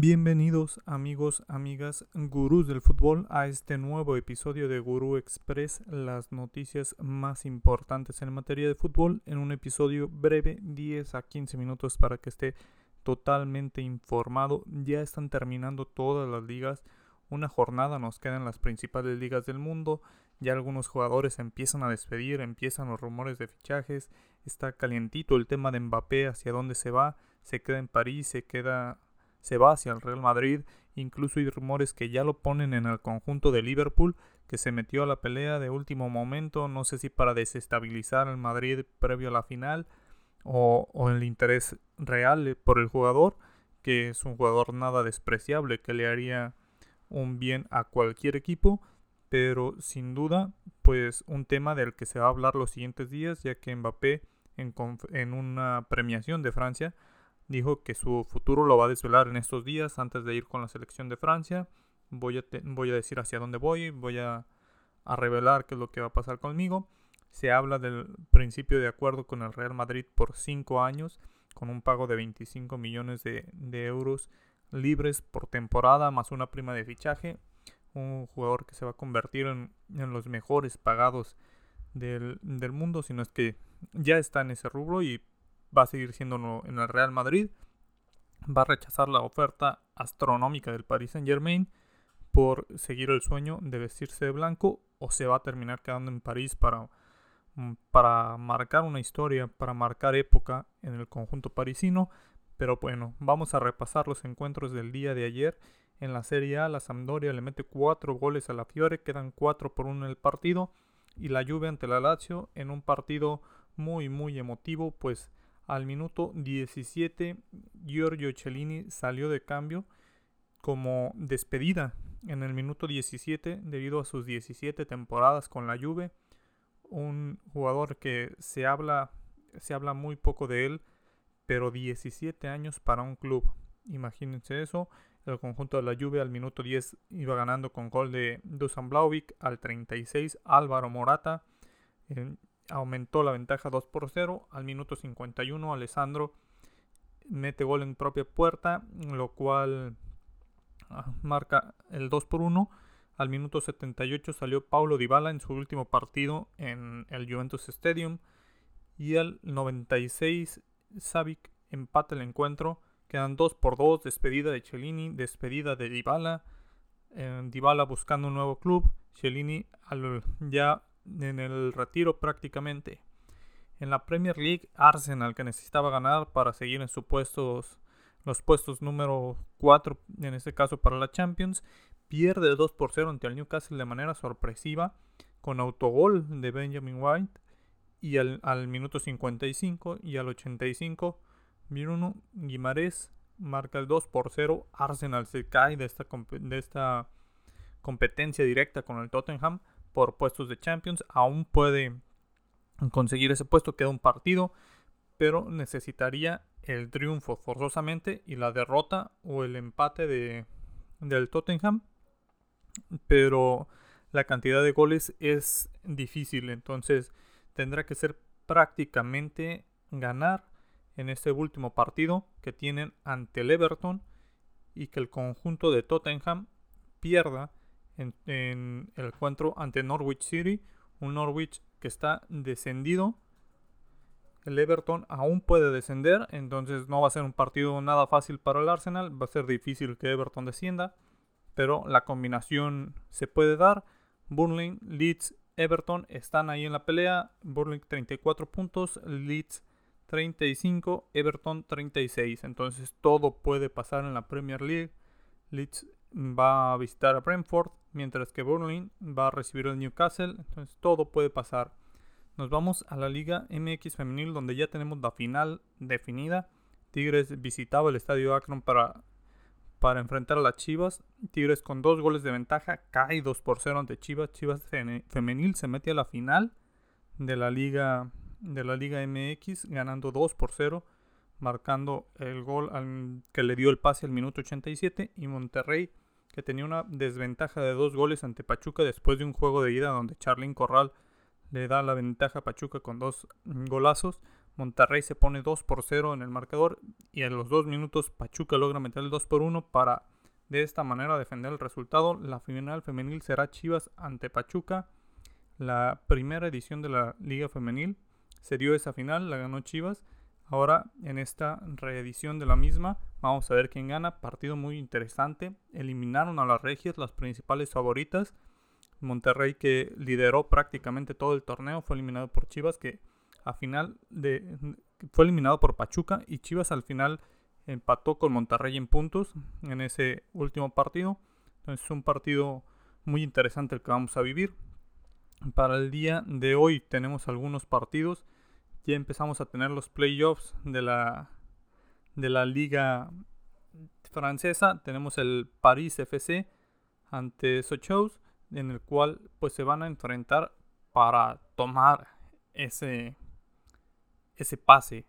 Bienvenidos amigos, amigas, gurús del fútbol a este nuevo episodio de Gurú Express, las noticias más importantes en materia de fútbol en un episodio breve, 10 a 15 minutos para que esté totalmente informado. Ya están terminando todas las ligas, una jornada nos queda en las principales ligas del mundo, ya algunos jugadores empiezan a despedir, empiezan los rumores de fichajes, está calientito el tema de Mbappé, hacia dónde se queda en París, se va hacia el Real Madrid, incluso hay rumores que ya lo ponen en el conjunto de Liverpool, que se metió a la pelea de último momento, no sé si para desestabilizar al Madrid previo a la final, o el interés real por el jugador, que es un jugador nada despreciable, que le haría un bien a cualquier equipo, pero sin duda, pues un tema del que se va a hablar los siguientes días, ya que Mbappé en una premiación de Francia dijo que su futuro lo va a desvelar en estos días antes de ir con la selección de Francia. Voy a decir hacia dónde voy a revelar qué es lo que va a pasar conmigo. Se habla del principio de acuerdo con el Real Madrid por 5 años, con un pago de 25 millones de euros libres por temporada, más una prima de fichaje. Un jugador que se va a convertir en los mejores pagados del mundo, si no es que ya está en ese rubro y va a seguir siendo en el Real Madrid. Va a rechazar la oferta astronómica del Paris Saint-Germain por seguir el sueño de vestirse de blanco, o se va a terminar quedando en París para marcar una historia, para marcar época en el conjunto parisino. Pero bueno, vamos a repasar los encuentros del día de ayer. En la Serie A, la Sampdoria le mete 4 goles a la Fiore, quedan 4-1 en el partido, y la Juve ante la Lazio en un partido muy emotivo, pues al minuto 17 Giorgio Chiellini salió de cambio como despedida en el minuto 17 debido a sus 17 temporadas con la Juve. Un jugador que se habla muy poco de él, pero 17 años para un club. Imagínense eso. El conjunto de la Juve al minuto 10 iba ganando con gol de Dusan Vlahovic. Al 36 Álvaro Morata aumentó la ventaja 2-0. Al minuto 51 Alessandro mete gol en propia puerta, lo cual marca el 2-1. Al minuto 78 salió Paulo Dybala en su último partido en el Juventus Stadium, y al 96 Savic empata el encuentro. Quedan 2-2, despedida de Chiellini, despedida de Dybala. Dybala buscando un nuevo club, Chiellini ya en el retiro prácticamente. En la Premier League, Arsenal, que necesitaba ganar para seguir en los puestos número 4, en este caso para la Champions, pierde 2-0 ante el Newcastle de manera sorpresiva, con autogol de Benjamin White, y al minuto 55 y al 85 Bruno Guimaraes marca el 2-0. Arsenal se cae de esta competencia directa con el Tottenham por puestos de Champions. Aún puede conseguir ese puesto, queda un partido, pero necesitaría el triunfo forzosamente y la derrota o el empate del Tottenham, pero la cantidad de goles es difícil, entonces tendrá que ser prácticamente ganar en este último partido que tienen ante el Everton, y que el conjunto de Tottenham pierda en el encuentro ante Norwich City, un Norwich que está descendido. El Everton aún puede descender, entonces no va a ser un partido nada fácil para el Arsenal, va a ser difícil que Everton descienda, pero la combinación se puede dar. Burnley, Leeds, Everton están ahí en la pelea. Burnley 34 puntos, Leeds 35, Everton 36. Entonces todo puede pasar en la Premier League. Leeds va a visitar a Brentford, mientras que Burnley va a recibir al Newcastle. Entonces todo puede pasar. Nos vamos a la Liga MX Femenil, donde ya tenemos la final definida. Tigres visitaba el Estadio Akron para enfrentar a las Chivas. Tigres con 2 goles de ventaja cae 2-0 ante Chivas. Chivas Femenil se mete a la final de la Liga MX ganando 2-0, marcando el gol que le dio el pase al minuto 87, y Monterrey, que tenía una desventaja de 2 goles ante Pachuca después de un juego de ida donde Charlín Corral le da la ventaja a Pachuca con 2 golazos, Monterrey se pone 2-0 en el marcador y a los 2 minutos Pachuca logra meter el 2-1 para de esta manera defender el resultado. La final femenil será Chivas ante Pachuca. La primera edición de la Liga Femenil se dio esa final, la ganó Chivas. Ahora en esta reedición de la misma vamos a ver quién gana. Partido muy interesante. Eliminaron a las regias, las principales favoritas. Monterrey, que lideró prácticamente todo el torneo, fue eliminado por Chivas, que a final fue eliminado por Pachuca, y Chivas al final empató con Monterrey en puntos en ese último partido. Entonces es un partido muy interesante el que vamos a vivir. Para el día de hoy tenemos algunos partidos. Ya empezamos a tener los playoffs de la liga francesa. Tenemos el Paris FC ante Sochaux, en el cual pues se van a enfrentar para tomar ese pase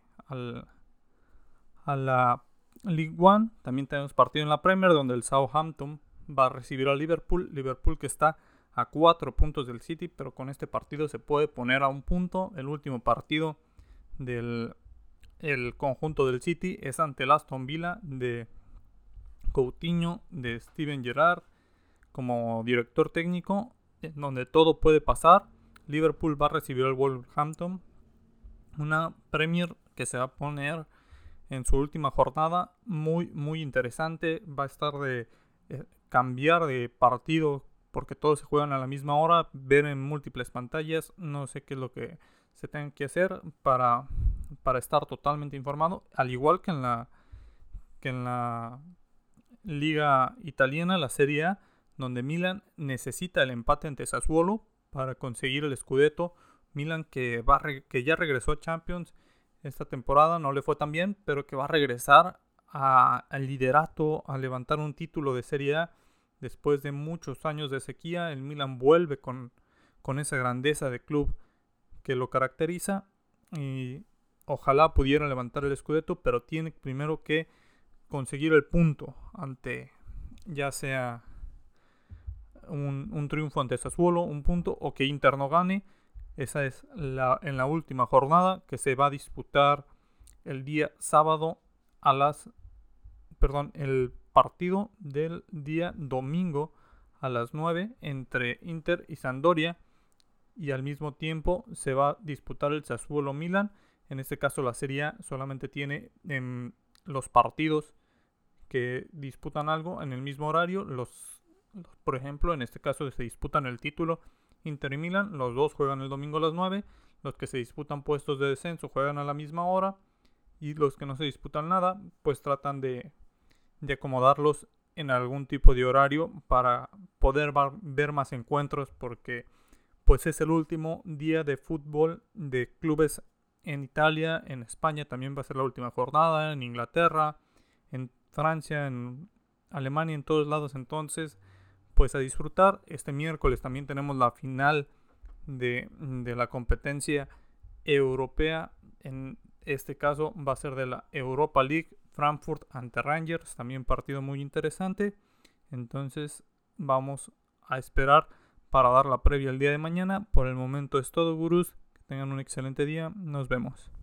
a la Ligue 1. También tenemos partido en la Premier, donde el Southampton va a recibir al Liverpool, que está a 4 puntos del City, pero con este partido se puede poner a un punto. El último partido del conjunto del City es ante el Aston Villa de Coutinho, de Steven Gerrard como director técnico, donde todo puede pasar. Liverpool va a recibir al Wolverhampton, una Premier que se va a poner en su última jornada muy muy interesante. Va a estar de cambiar de partido porque todos se juegan a la misma hora, ver en múltiples pantallas. No sé qué es lo que se tenga que hacer para estar totalmente informado, al igual que en la liga italiana, la Serie A, donde Milan necesita el empate ante Sassuolo para conseguir el Scudetto. Milan que ya regresó a Champions esta temporada, no le fue tan bien, pero que va a regresar al liderato, a levantar un título de Serie A después de muchos años de sequía. El Milan vuelve con esa grandeza de club que lo caracteriza y ojalá pudiera levantar el Scudetto, pero tiene primero que conseguir el punto ante, ya sea un triunfo ante Sassuolo, un punto, o que Inter no gane. Esa es en la última jornada, que se va a disputar el día sábado el partido del día domingo a las 9 entre Inter y Sampdoria, y al mismo tiempo se va a disputar el Sassuolo-Milan. En este caso la Serie A solamente tiene los partidos que disputan algo en el mismo horario. Por ejemplo, en este caso se disputan el título Inter y Milan, los dos juegan el domingo a las 9. Los que se disputan puestos de descenso juegan a la misma hora, y los que no se disputan nada pues tratan de acomodarlos en algún tipo de horario para poder ver más encuentros, porque pues es el último día de fútbol de clubes en Italia. En España también va a ser la última jornada, en Inglaterra, en Francia, en Alemania, en todos lados. Entonces pues a disfrutar. Este miércoles también tenemos la final de la competencia europea. En este caso va a ser de la Europa League, Frankfurt ante Rangers, también partido muy interesante. Entonces vamos a esperar para dar la previa el día de mañana. Por el momento es todo, gurús. Que tengan un excelente día. Nos vemos.